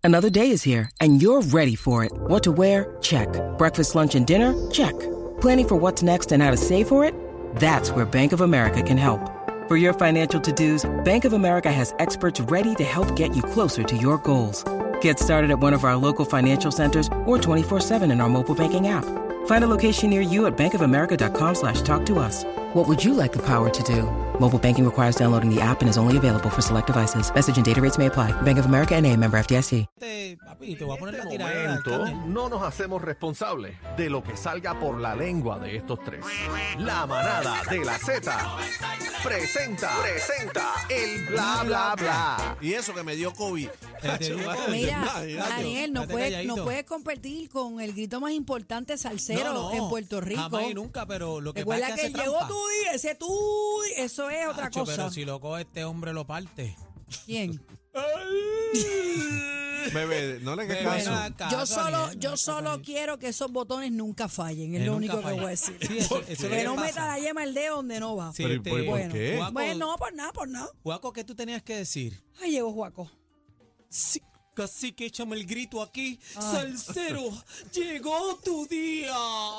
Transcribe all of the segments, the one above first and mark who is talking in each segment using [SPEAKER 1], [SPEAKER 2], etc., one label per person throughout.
[SPEAKER 1] Another day is here, and you're ready for it. What to wear? Check. Breakfast, lunch, and dinner? Check. Planning for what's next and how to save for it? That's where Bank of America can help. For your financial to-dos, Bank of America has experts ready to help get you closer to your goals. Get started at one of our local financial centers or 24/7 in our mobile banking app. Find a location near you at bankofamerica.com/talktous. What would you like the power to do? Mobile banking requires downloading the app and is only available for select devices. Message and data rates may apply. Bank of America N.A., member FDIC.
[SPEAKER 2] Papi, te voy a poner la
[SPEAKER 3] En
[SPEAKER 2] tirada.
[SPEAKER 3] este momento no nos hacemos responsables de lo que salga por la lengua de estos tres. La manada de la Z presenta el bla bla bla.
[SPEAKER 4] Y eso que me dio COVID.
[SPEAKER 5] Mira, Daniel, no puedes competir con el grito más importante salsero en Puerto Rico.
[SPEAKER 2] Jamás y nunca, pero lo que
[SPEAKER 5] Recuerda
[SPEAKER 2] pasa es que
[SPEAKER 5] que
[SPEAKER 2] hace
[SPEAKER 5] llegó
[SPEAKER 2] trampa.
[SPEAKER 5] tu día, ese tu día, eso es otra
[SPEAKER 2] Acho,
[SPEAKER 5] cosa.
[SPEAKER 2] Pero si lo coge este hombre lo parte.
[SPEAKER 5] ¿Quién?
[SPEAKER 4] Bebé, no le
[SPEAKER 2] Bebé,
[SPEAKER 4] hagas
[SPEAKER 2] no
[SPEAKER 4] caso.
[SPEAKER 2] hagas caso, Daniel,
[SPEAKER 5] Yo
[SPEAKER 2] no
[SPEAKER 5] solo
[SPEAKER 2] hagas caso.
[SPEAKER 5] quiero que esos botones nunca fallen, es
[SPEAKER 2] Que
[SPEAKER 5] lo
[SPEAKER 2] nunca
[SPEAKER 5] único que
[SPEAKER 2] falle.
[SPEAKER 5] voy a decir.
[SPEAKER 2] Sí, eso es lo
[SPEAKER 5] Que
[SPEAKER 2] que
[SPEAKER 5] no
[SPEAKER 2] pasa.
[SPEAKER 5] meta la yema el dedo donde no va.
[SPEAKER 2] Sí,
[SPEAKER 4] Pero, ¿por
[SPEAKER 5] bueno.
[SPEAKER 4] qué?
[SPEAKER 2] Juaco,
[SPEAKER 5] Bueno, no, por nada.
[SPEAKER 2] Juaco, ¿qué tú tenías que decir?
[SPEAKER 5] Ahí llegó Juaco.
[SPEAKER 2] Sí, casi que échame el grito aquí. Salsero, llegó tu día.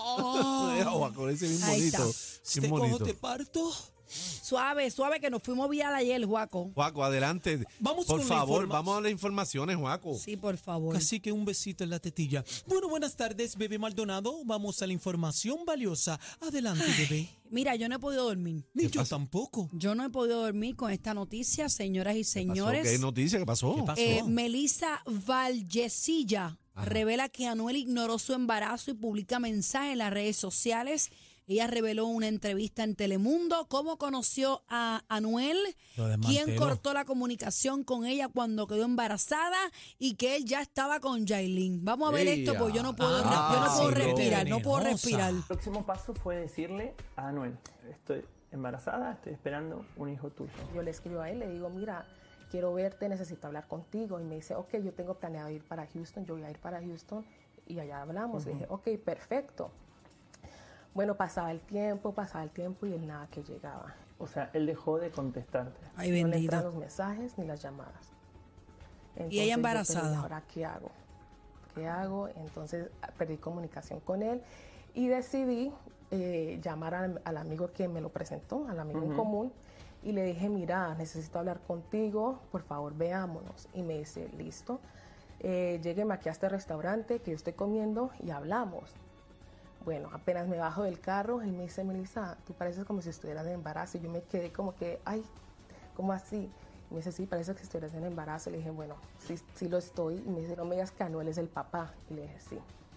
[SPEAKER 4] Deja, con ese bien
[SPEAKER 5] Ahí
[SPEAKER 4] bonito.
[SPEAKER 2] Te
[SPEAKER 4] Bien
[SPEAKER 2] cojo,
[SPEAKER 4] bonito.
[SPEAKER 2] te parto.
[SPEAKER 5] Suave, que nos fuimos vial ayer, Juaco.
[SPEAKER 4] Juaco, adelante.
[SPEAKER 2] Vamos
[SPEAKER 4] Por
[SPEAKER 2] con la
[SPEAKER 4] favor,
[SPEAKER 2] información.
[SPEAKER 4] vamos a las informaciones, Juaco.
[SPEAKER 5] Sí, por favor.
[SPEAKER 2] Así que un besito en la tetilla. Bueno, buenas tardes, bebé Maldonado. Vamos a la información valiosa. Adelante, bebé.
[SPEAKER 5] Mira, yo no he podido dormir.
[SPEAKER 2] Ni yo tampoco.
[SPEAKER 5] Yo no he podido dormir con esta noticia, señoras y
[SPEAKER 4] ¿Qué pasó?
[SPEAKER 5] señores.
[SPEAKER 4] ¿Qué noticia? ¿Qué pasó?
[SPEAKER 2] ¿Qué pasó?
[SPEAKER 5] Melissa Vallecilla revela que Anuel ignoró su embarazo y publica mensajes en las redes sociales. Ella reveló una entrevista en Telemundo cómo conoció a Anuel,
[SPEAKER 2] Lo desmanteló.
[SPEAKER 5] quién cortó la comunicación con ella cuando quedó embarazada y que él ya estaba con Yailin. Vamos a ver esto, porque yo no puedo,
[SPEAKER 2] sí,
[SPEAKER 5] respirar, no puedo
[SPEAKER 2] venenosa.
[SPEAKER 5] respirar.
[SPEAKER 6] El próximo paso fue decirle a Anuel, estoy embarazada, estoy esperando un hijo tuyo.
[SPEAKER 7] Yo le escribo a él, le digo, mira, quiero verte, necesito hablar contigo. Y me dice, ok, yo tengo planeado ir para Houston, yo voy a ir para Houston. Y allá hablamos. Le dije, ok, perfecto. Bueno, pasaba el tiempo y él nada que llegaba.
[SPEAKER 6] O sea, él dejó de contestarte.
[SPEAKER 5] Ay,
[SPEAKER 7] No le
[SPEAKER 5] bendito.
[SPEAKER 7] entran los mensajes ni las llamadas. Entonces,
[SPEAKER 5] ella
[SPEAKER 7] yo
[SPEAKER 5] embarazada.
[SPEAKER 7] pensé, ¿ahora qué hago? ¿Qué hago? Entonces perdí comunicación con él y decidí llamar al amigo que me lo presentó, al amigo en común, y le dije, mira, necesito hablar contigo, por favor veámonos. Y me dice, listo, llégueme aquí a este restaurante que yo estoy comiendo y hablamos. Bueno, apenas me bajo del carro, él me dice, Melissa, tú pareces como si estuvieras en embarazo. Y yo me quedé como que, ay, ¿cómo así? Y me dice, sí, parece que estuvieras en embarazo. Le dije, bueno, sí lo estoy. Y me dice, no me digas que Anuel es el papá. Y le dije, sí.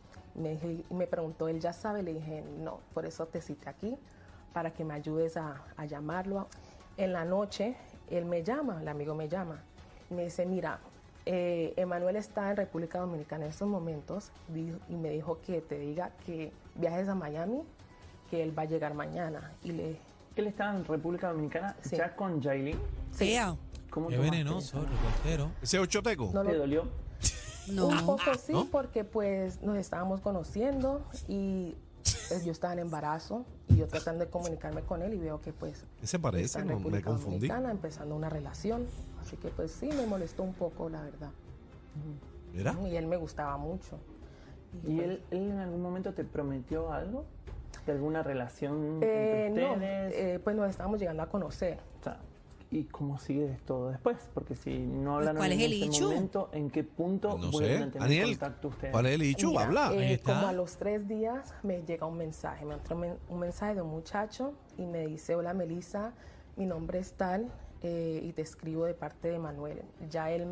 [SPEAKER 7] Y me preguntó, ¿él ya sabe? Le dije, no, por eso te cité aquí, para que me ayudes a llamarlo. En la noche, él me llama, el amigo me llama. Y me dice, mira, Emanuel está en República Dominicana en estos momentos y me dijo que te diga que viajes a Miami, que él va a llegar mañana. Y le
[SPEAKER 6] Él estaba en República Dominicana
[SPEAKER 7] Sí.
[SPEAKER 6] ya con Yailin.
[SPEAKER 5] Sea.
[SPEAKER 6] ¿Cómo
[SPEAKER 2] Qué
[SPEAKER 6] tomaste
[SPEAKER 2] venenoso,
[SPEAKER 6] eso?
[SPEAKER 2] reportero.
[SPEAKER 4] ¿Ese ochoteco?
[SPEAKER 7] no
[SPEAKER 6] ¿Te
[SPEAKER 7] lo,
[SPEAKER 6] dolió?
[SPEAKER 5] No.
[SPEAKER 7] un poco sí, porque pues nos estábamos conociendo y pues, yo estaba en embarazo y yo tratando de comunicarme con él y veo que pues
[SPEAKER 4] Ese parece,
[SPEAKER 7] está en
[SPEAKER 4] no, me
[SPEAKER 7] República
[SPEAKER 4] confundí.
[SPEAKER 7] Dominicana empezando una relación. Así que pues sí, me molestó un poco, la verdad.
[SPEAKER 4] Mira.
[SPEAKER 7] Y él me gustaba mucho.
[SPEAKER 6] ¿Y
[SPEAKER 7] pues,
[SPEAKER 6] él en algún momento te prometió algo? ¿De alguna relación entre
[SPEAKER 7] no,
[SPEAKER 6] ustedes?
[SPEAKER 7] pues nos estábamos llegando a conocer.
[SPEAKER 6] O sea, ¿y cómo sigue todo después? Porque si no hablaron
[SPEAKER 5] ¿cuál
[SPEAKER 6] en
[SPEAKER 5] es el
[SPEAKER 6] ese
[SPEAKER 5] hecho?
[SPEAKER 6] momento, ¿en qué punto
[SPEAKER 4] No
[SPEAKER 6] vuelven
[SPEAKER 4] sé.
[SPEAKER 6] a tener
[SPEAKER 4] Daniel,
[SPEAKER 6] contacto ustedes?
[SPEAKER 4] ¿cuál es el dicho?
[SPEAKER 7] Mira,
[SPEAKER 4] Habla.
[SPEAKER 2] Ahí está.
[SPEAKER 7] como a los 3 días me llega un mensaje, me entró un mensaje de un muchacho y me dice, hola Melissa, mi nombre es tal y te escribo de parte de Manuel. Ya él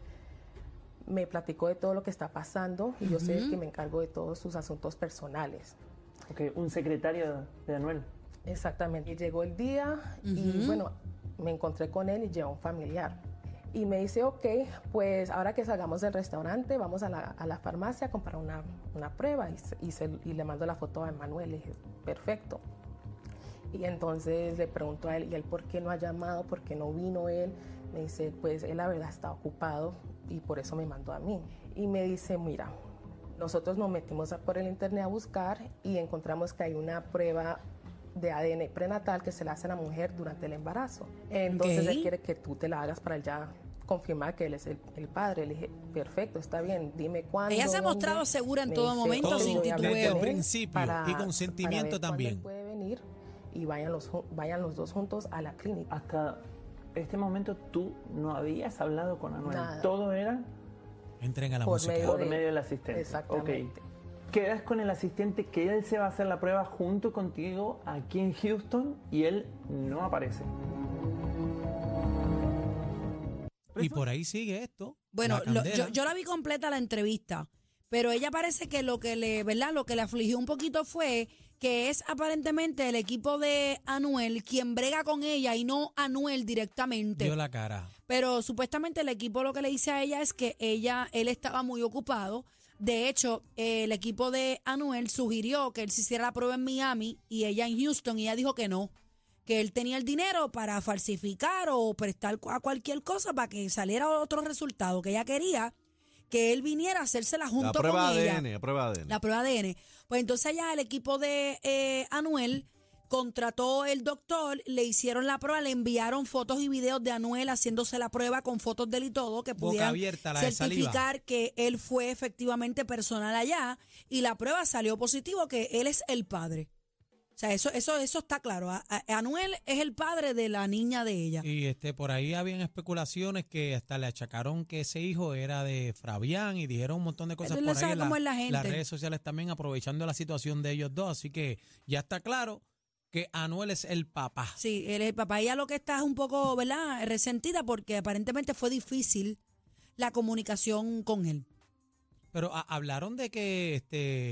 [SPEAKER 7] me platicó de todo lo que está pasando y yo soy el que me encargo de todos sus asuntos personales.
[SPEAKER 6] Ok, un secretario de Anuel.
[SPEAKER 7] Exactamente. Y llegó el día y bueno, me encontré con él y lleva un familiar. Y me dice, ok, pues ahora que salgamos del restaurante, vamos a la farmacia a comprar una prueba y le mando la foto a Emanuel. Le dije, perfecto. Y entonces le pregunto a él, ¿y él por qué no ha llamado? ¿Por qué no vino él? Me dice, pues él la verdad está ocupado y por eso me mandó a mí. Y me dice, mira, nosotros nos metimos por el internet a buscar y encontramos que hay una prueba de ADN prenatal que se le hace a la mujer durante el embarazo. Entonces
[SPEAKER 5] Ok.
[SPEAKER 7] él quiere que tú te la hagas para él ya confirmar que él es el padre. Le dije, perfecto, está bien, dime cuándo.
[SPEAKER 5] Ella se ha mostrado
[SPEAKER 7] dónde.
[SPEAKER 5] segura en
[SPEAKER 7] Me
[SPEAKER 5] todo
[SPEAKER 7] dice,
[SPEAKER 5] momento,
[SPEAKER 7] "Ok,
[SPEAKER 5] sin
[SPEAKER 7] voy a hablar
[SPEAKER 2] desde el
[SPEAKER 7] con él
[SPEAKER 2] principio, y con sentimiento
[SPEAKER 7] ver cuándo
[SPEAKER 2] también.
[SPEAKER 7] él puede venir y vayan los dos juntos a la clínica.
[SPEAKER 6] Hasta este momento tú no habías hablado con Anuel.
[SPEAKER 7] Nada.
[SPEAKER 6] Todo era
[SPEAKER 2] Entren a la
[SPEAKER 7] Por
[SPEAKER 2] música.
[SPEAKER 7] medio
[SPEAKER 6] por medio del asistente.
[SPEAKER 7] Exactamente.
[SPEAKER 6] Ok. Quedas con el asistente que él se va a hacer la prueba junto contigo aquí en Houston y él no aparece.
[SPEAKER 2] Y por ahí sigue esto.
[SPEAKER 5] Bueno,
[SPEAKER 2] la candela.
[SPEAKER 5] yo la vi completa la entrevista, pero ella parece que lo que le afligió un poquito fue que es aparentemente el equipo de Anuel quien brega con ella y no Anuel directamente.
[SPEAKER 2] Dio la cara.
[SPEAKER 5] Pero supuestamente el equipo lo que le dice a ella es que él estaba muy ocupado. De hecho, el equipo de Anuel sugirió que él se hiciera la prueba en Miami y ella en Houston, y ella dijo que no, que él tenía el dinero para falsificar o prestar a cualquier cosa para que saliera otro resultado, que ella quería que él viniera a hacérsela junto
[SPEAKER 4] La prueba
[SPEAKER 5] con ella.
[SPEAKER 4] ADN, la prueba ADN.
[SPEAKER 5] La prueba de ADN. Pues entonces ya el equipo de Anuel contrató el doctor, le hicieron la prueba, le enviaron fotos y videos de Anuel haciéndose la prueba con fotos de él y todo, que
[SPEAKER 2] Boca
[SPEAKER 5] pudieran
[SPEAKER 2] abierta, la de
[SPEAKER 5] certificar que él fue efectivamente personal allá, y la prueba salió positivo que él es el padre. O sea, eso está claro. Anuel es el padre de la niña de ella.
[SPEAKER 2] Y por ahí habían especulaciones que hasta le achacaron que ese hijo era de Fabián y dijeron un montón de cosas
[SPEAKER 5] Tú
[SPEAKER 2] por
[SPEAKER 5] no sabes
[SPEAKER 2] ahí
[SPEAKER 5] cómo es la gente.
[SPEAKER 2] las redes sociales también, aprovechando la situación de ellos dos. Así que ya está claro que Anuel es el papá.
[SPEAKER 5] Sí, él es el papá. Ella lo que está es un poco, ¿verdad?, resentida porque aparentemente fue difícil la comunicación con él.
[SPEAKER 2] Pero hablaron de que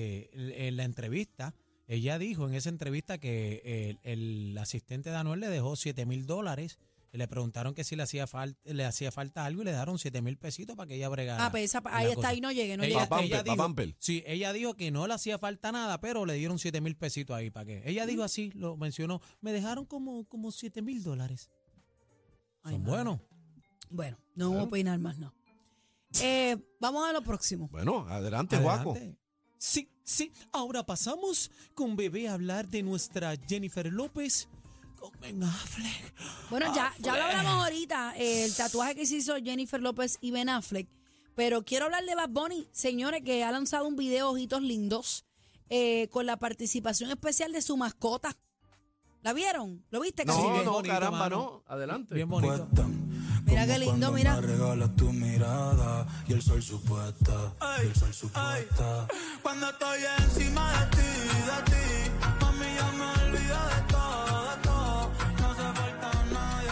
[SPEAKER 2] en la entrevista, ella dijo en esa entrevista que el asistente de Anuel le dejó $7,000. Le preguntaron que si le hacía falta algo y le dejaron $7,000 para que ella bregara.
[SPEAKER 5] Pues
[SPEAKER 2] en la
[SPEAKER 5] ahí está,
[SPEAKER 2] cosa.
[SPEAKER 5] ahí no llegue, no
[SPEAKER 2] Ella-
[SPEAKER 5] llega.
[SPEAKER 2] ella
[SPEAKER 4] Pa'
[SPEAKER 2] dijo-
[SPEAKER 4] Pamper.
[SPEAKER 2] Sí, ella dijo que no le hacía falta nada, pero le dieron $7,000 ahí para que. Ella dijo así, lo mencionó. Me dejaron como $7,000.
[SPEAKER 5] Ay,
[SPEAKER 2] Son
[SPEAKER 5] madre.
[SPEAKER 2] buenos.
[SPEAKER 5] Bueno, no vamos a opinar más, no. Vamos a lo próximo.
[SPEAKER 4] Bueno, adelante, Juaco.
[SPEAKER 2] Adelante. Sí. Ahora pasamos con Bebé a hablar de nuestra Jennifer López con Ben Affleck.
[SPEAKER 5] Bueno, ya lo hablamos ahorita, el tatuaje que se hizo Jennifer López y Ben Affleck, pero quiero hablar de Bad Bunny, señores, que ha lanzado un video Ojitos Lindos con la participación especial de su mascota. ¿La vieron? ¿Lo viste?
[SPEAKER 4] No,
[SPEAKER 2] Sí,
[SPEAKER 5] Cacique?
[SPEAKER 2] bien
[SPEAKER 4] no,
[SPEAKER 2] bonito,
[SPEAKER 4] caramba,
[SPEAKER 2] mano.
[SPEAKER 4] no. Adelante.
[SPEAKER 2] Bien bonito.
[SPEAKER 5] Mira qué lindo, mira.
[SPEAKER 8] Me regalas tu mirada y el sol supuesta. Y el sol supuesta. Cuando estoy encima de ti, mami, ya me olvido de todo. No hace falta nadie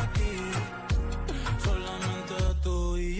[SPEAKER 8] aquí, solamente tú y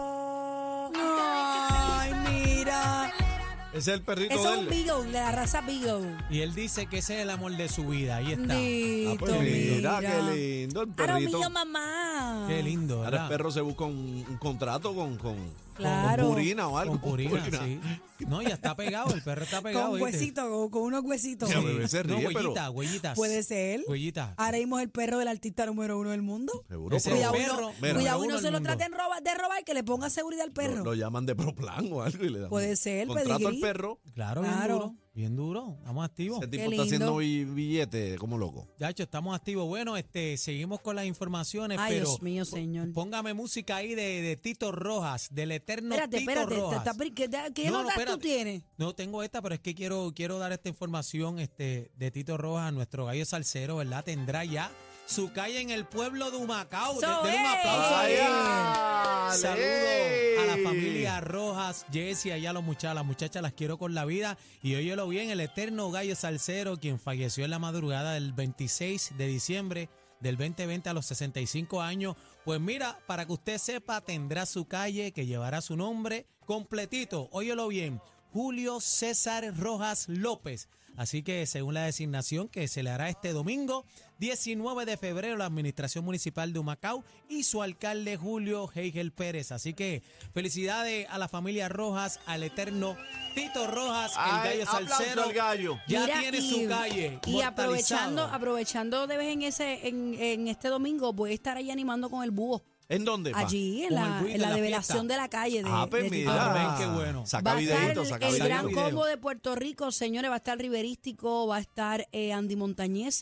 [SPEAKER 8] yo.
[SPEAKER 5] Ay, mira.
[SPEAKER 4] Ese es el perrito
[SPEAKER 5] Eso es
[SPEAKER 4] de
[SPEAKER 5] un
[SPEAKER 4] él.
[SPEAKER 5] Beagle, de la raza Beagle.
[SPEAKER 2] Y él dice que ese es el amor de su vida. Ahí está.
[SPEAKER 5] Dito,
[SPEAKER 4] Ah, pues mira, qué lindo el
[SPEAKER 5] Aro
[SPEAKER 4] perrito.
[SPEAKER 5] mío, mamá.
[SPEAKER 2] Qué lindo,
[SPEAKER 4] Ahora el
[SPEAKER 2] ¿verdad?
[SPEAKER 4] perro se busca un contrato con
[SPEAKER 5] Claro.
[SPEAKER 4] Purina o algo.
[SPEAKER 2] Con purina, sí. No, ya está pegado, el perro está pegado.
[SPEAKER 5] Con
[SPEAKER 2] ¿viste?
[SPEAKER 5] huesitos, con unos huesitos.
[SPEAKER 4] Sí. bebé se ríe, pero-
[SPEAKER 2] Huellitas.
[SPEAKER 5] Puede ser.
[SPEAKER 2] Huellitas.
[SPEAKER 5] Ahora mismo el perro del artista número 1 del mundo.
[SPEAKER 4] Seguro,
[SPEAKER 2] Ese
[SPEAKER 4] pero
[SPEAKER 2] es el
[SPEAKER 5] Cuidado,
[SPEAKER 2] perro.
[SPEAKER 4] Mira.
[SPEAKER 5] cuidado y
[SPEAKER 2] número
[SPEAKER 5] no se
[SPEAKER 2] uno
[SPEAKER 5] lo
[SPEAKER 2] del mundo.
[SPEAKER 5] traten de robar, que le ponga seguridad al perro.
[SPEAKER 4] lo llaman de Proplan o algo y le dan
[SPEAKER 5] Puede ser,
[SPEAKER 4] contrato al
[SPEAKER 5] pedigrí.
[SPEAKER 4] perro.
[SPEAKER 2] Claro,
[SPEAKER 5] Claro.
[SPEAKER 2] bien duro. Estamos activos.
[SPEAKER 4] Ese tipo
[SPEAKER 5] Qué
[SPEAKER 4] está haciendo
[SPEAKER 5] lindo.
[SPEAKER 4] billete como loco.
[SPEAKER 2] Ya, estamos activos. Bueno, seguimos con las informaciones,
[SPEAKER 5] Ay,
[SPEAKER 2] pero
[SPEAKER 5] Dios mío, señor.
[SPEAKER 2] póngame música ahí de Tito Rojas, del eterno
[SPEAKER 5] Espérate,
[SPEAKER 2] Tito
[SPEAKER 5] espérate.
[SPEAKER 2] Rojas.
[SPEAKER 5] ¿Qué notas tú
[SPEAKER 2] espérate.
[SPEAKER 5] tienes?
[SPEAKER 2] No tengo esta, pero es que quiero dar esta información de Tito Rojas, nuestro gallo salsero, ¿verdad? Tendrá ya su calle en el pueblo de Humacao.
[SPEAKER 5] ¡Eso
[SPEAKER 2] Denle un
[SPEAKER 5] es!
[SPEAKER 2] aplauso ahí.
[SPEAKER 4] ¡Ay,
[SPEAKER 2] Saludos a la
[SPEAKER 4] ale!
[SPEAKER 2] familia Rojas, Jessie, allá los muchachos, las muchachas las quiero con la vida. Y óyelo bien, el eterno gallo salsero, quien falleció en la madrugada del 26 de diciembre del 2020 a los 65 años. Pues mira, para que usted sepa, tendrá su calle que llevará su nombre completito. Óyelo bien, Julio César Rojas López. Así que según la designación que se le hará este domingo, 19 de febrero, la Administración Municipal de Humacao y su alcalde Julio Heigel Pérez. Así que felicidades a la familia Rojas, al eterno Tito Rojas, el
[SPEAKER 4] Ay,
[SPEAKER 2] gallo
[SPEAKER 4] aplauso
[SPEAKER 2] salsero.
[SPEAKER 4] al gallo.
[SPEAKER 2] Ya
[SPEAKER 5] Mira,
[SPEAKER 2] tiene su calle.
[SPEAKER 5] Y
[SPEAKER 2] mortalizado.
[SPEAKER 5] aprovechando de vez en este domingo, voy a estar ahí animando con el búho.
[SPEAKER 4] ¿En dónde? pa?
[SPEAKER 5] Allí, en
[SPEAKER 2] Con el
[SPEAKER 5] la,
[SPEAKER 2] buito
[SPEAKER 5] en
[SPEAKER 2] en
[SPEAKER 5] la
[SPEAKER 2] la
[SPEAKER 5] develación
[SPEAKER 2] fiesta.
[SPEAKER 5] de la calle.
[SPEAKER 4] Pues
[SPEAKER 5] de Tito
[SPEAKER 4] mira.
[SPEAKER 5] Rojas.
[SPEAKER 2] ven, qué bueno.
[SPEAKER 4] Saca
[SPEAKER 5] Va a estar
[SPEAKER 4] videito, saca
[SPEAKER 5] el
[SPEAKER 4] videito.
[SPEAKER 5] gran
[SPEAKER 2] video.
[SPEAKER 5] combo de Puerto Rico, señores, va a estar Riverístico, va a estar Andy Montañez,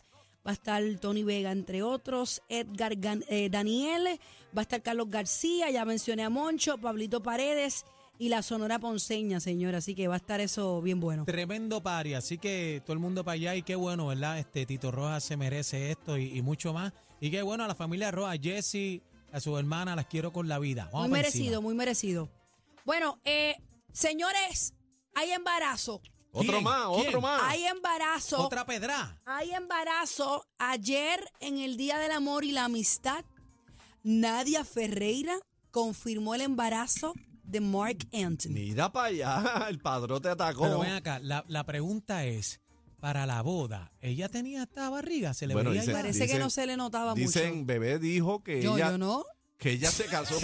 [SPEAKER 5] va a estar Tony Vega, entre otros, Edgar Daniel, va a estar Carlos García, ya mencioné a Moncho, Pablito Paredes y la Sonora Ponceña, señora, así que va a estar eso bien bueno.
[SPEAKER 2] Tremendo party, así que todo el mundo para allá y qué bueno, ¿verdad? Tito Rojas se merece esto y mucho más. Y qué bueno a la familia Rojas, Jessy, a su hermana, las quiero con la vida. Vamos
[SPEAKER 5] muy merecido, muy merecido. Bueno, señores, hay embarazo.
[SPEAKER 4] Otro más.
[SPEAKER 5] Hay embarazo.
[SPEAKER 2] Otra pedra.
[SPEAKER 5] Hay embarazo. Ayer, en el Día del Amor y la Amistad, Nadia Ferreira confirmó el embarazo de Marc Anthony.
[SPEAKER 4] Mira para allá, el padrón te atacó.
[SPEAKER 2] Pero ven acá, la pregunta es, para la boda, ¿ella tenía esta barriga? ¿Se le
[SPEAKER 4] Bueno,
[SPEAKER 2] veía
[SPEAKER 4] dicen-
[SPEAKER 2] ya?
[SPEAKER 5] Parece que no se le notaba
[SPEAKER 4] Dicen,
[SPEAKER 5] mucho.
[SPEAKER 4] Bebé dijo que
[SPEAKER 5] Yo
[SPEAKER 4] ella
[SPEAKER 5] no.
[SPEAKER 4] que ella se casó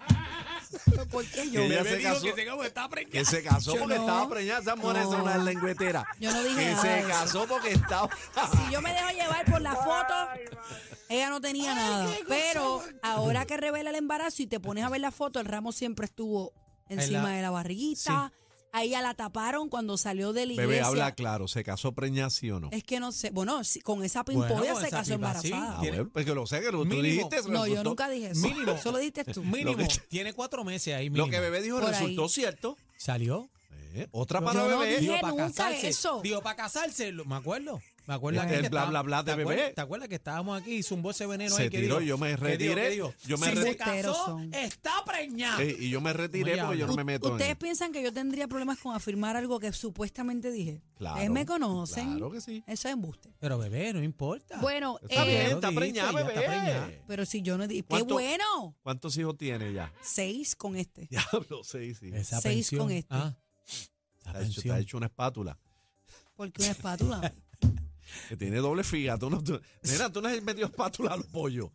[SPEAKER 5] ¿Por qué yo?
[SPEAKER 4] que ella
[SPEAKER 2] Bebé
[SPEAKER 4] se
[SPEAKER 2] dijo
[SPEAKER 4] casó
[SPEAKER 2] que se casó
[SPEAKER 4] que se casó
[SPEAKER 5] Yo
[SPEAKER 4] porque
[SPEAKER 5] no.
[SPEAKER 4] estaba preñada. Esa mujer es una lengüetera.
[SPEAKER 5] Yo no dije
[SPEAKER 4] que
[SPEAKER 5] nada
[SPEAKER 4] se
[SPEAKER 5] de eso.
[SPEAKER 4] casó porque estaba
[SPEAKER 5] Si yo me dejo llevar por la foto, ella no tenía nada. Pero ahora que revela el embarazo y te pones a ver la foto, el ramo siempre estuvo encima de la barriguita. A ella la taparon cuando salió de la iglesia.
[SPEAKER 4] Bebé, habla claro, ¿se casó preñada sí o no?
[SPEAKER 5] Es que no sé. Bueno, con esa pimpolla
[SPEAKER 2] Bueno, con
[SPEAKER 5] se
[SPEAKER 2] esa
[SPEAKER 5] casó
[SPEAKER 2] pipa, sí.
[SPEAKER 5] embarazada.
[SPEAKER 4] Ah, bueno, pues que lo sé, que tú
[SPEAKER 2] Mínimo.
[SPEAKER 4] dijiste.
[SPEAKER 5] No, yo
[SPEAKER 4] resultó-
[SPEAKER 5] nunca dije eso.
[SPEAKER 2] Mínimo.
[SPEAKER 5] Eso lo dijiste tú.
[SPEAKER 2] Mínimo,
[SPEAKER 4] Lo que-
[SPEAKER 2] tiene 4 meses ahí mínimo.
[SPEAKER 4] Lo que Bebé dijo
[SPEAKER 5] Por ahí.
[SPEAKER 4] resultó cierto.
[SPEAKER 2] ¿Salió?
[SPEAKER 4] Otra
[SPEAKER 5] Yo
[SPEAKER 4] para
[SPEAKER 5] no
[SPEAKER 4] Bebé.
[SPEAKER 5] dije
[SPEAKER 2] para
[SPEAKER 5] nunca
[SPEAKER 2] casarse.
[SPEAKER 5] eso.
[SPEAKER 2] Digo, para casarse, me acuerdo. Me acuerdo
[SPEAKER 4] El
[SPEAKER 2] aquí que
[SPEAKER 4] bla,
[SPEAKER 2] estaba-
[SPEAKER 4] bla, bla de
[SPEAKER 2] ¿te acuerdas?
[SPEAKER 4] Bebé.
[SPEAKER 2] ¿Te acuerdas que estábamos aquí y zumbó ese veneno
[SPEAKER 4] Se
[SPEAKER 2] ahí? ¿Qué
[SPEAKER 4] tiró,
[SPEAKER 2] dijo?
[SPEAKER 4] yo me
[SPEAKER 2] ¿Qué dijo?
[SPEAKER 4] retiré,
[SPEAKER 2] ¿Qué dijo?
[SPEAKER 4] yo me
[SPEAKER 2] Si
[SPEAKER 4] re-
[SPEAKER 2] se
[SPEAKER 5] Embusteros
[SPEAKER 2] casó,
[SPEAKER 5] son.
[SPEAKER 2] está preñada.
[SPEAKER 4] Y yo me retiré
[SPEAKER 2] Oye,
[SPEAKER 4] porque yo no me meto
[SPEAKER 5] ¿Ustedes
[SPEAKER 4] en...
[SPEAKER 5] piensan que yo tendría problemas con afirmar algo que supuestamente dije?
[SPEAKER 4] Claro,
[SPEAKER 5] Ustedes me conocen.
[SPEAKER 4] claro que sí.
[SPEAKER 5] Eso es embuste.
[SPEAKER 2] Pero bebé, no importa.
[SPEAKER 5] Bueno,
[SPEAKER 4] Está bien,
[SPEAKER 2] Ya lo
[SPEAKER 4] está
[SPEAKER 2] dijiste,
[SPEAKER 4] preñada,
[SPEAKER 2] ya está
[SPEAKER 4] Bebé.
[SPEAKER 2] preñada.
[SPEAKER 5] pero si yo no dije, ¡qué
[SPEAKER 4] ¿Cuánto-
[SPEAKER 5] bueno!
[SPEAKER 4] ¿Cuántos hijos tiene ya?
[SPEAKER 5] 6 con este.
[SPEAKER 4] Diablo, sí.
[SPEAKER 2] Esa
[SPEAKER 5] 6
[SPEAKER 2] pensión.
[SPEAKER 5] con este.
[SPEAKER 2] Ah, esa
[SPEAKER 4] Te ha hecho una espátula.
[SPEAKER 5] Porque una espátula.
[SPEAKER 4] Que tiene doble figa. Nena, tú no has metido espátula a los pollos.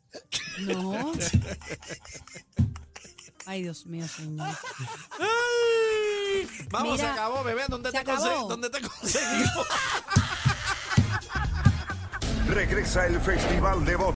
[SPEAKER 5] No. Ay, Dios mío, señor.
[SPEAKER 4] ¡Ay! Vamos,
[SPEAKER 5] Mira,
[SPEAKER 4] se acabó, Bebé. ¿Dónde
[SPEAKER 5] se
[SPEAKER 4] te
[SPEAKER 5] acabó.
[SPEAKER 4] ¿Dónde te conseguimos?
[SPEAKER 9] Regresa el Festival de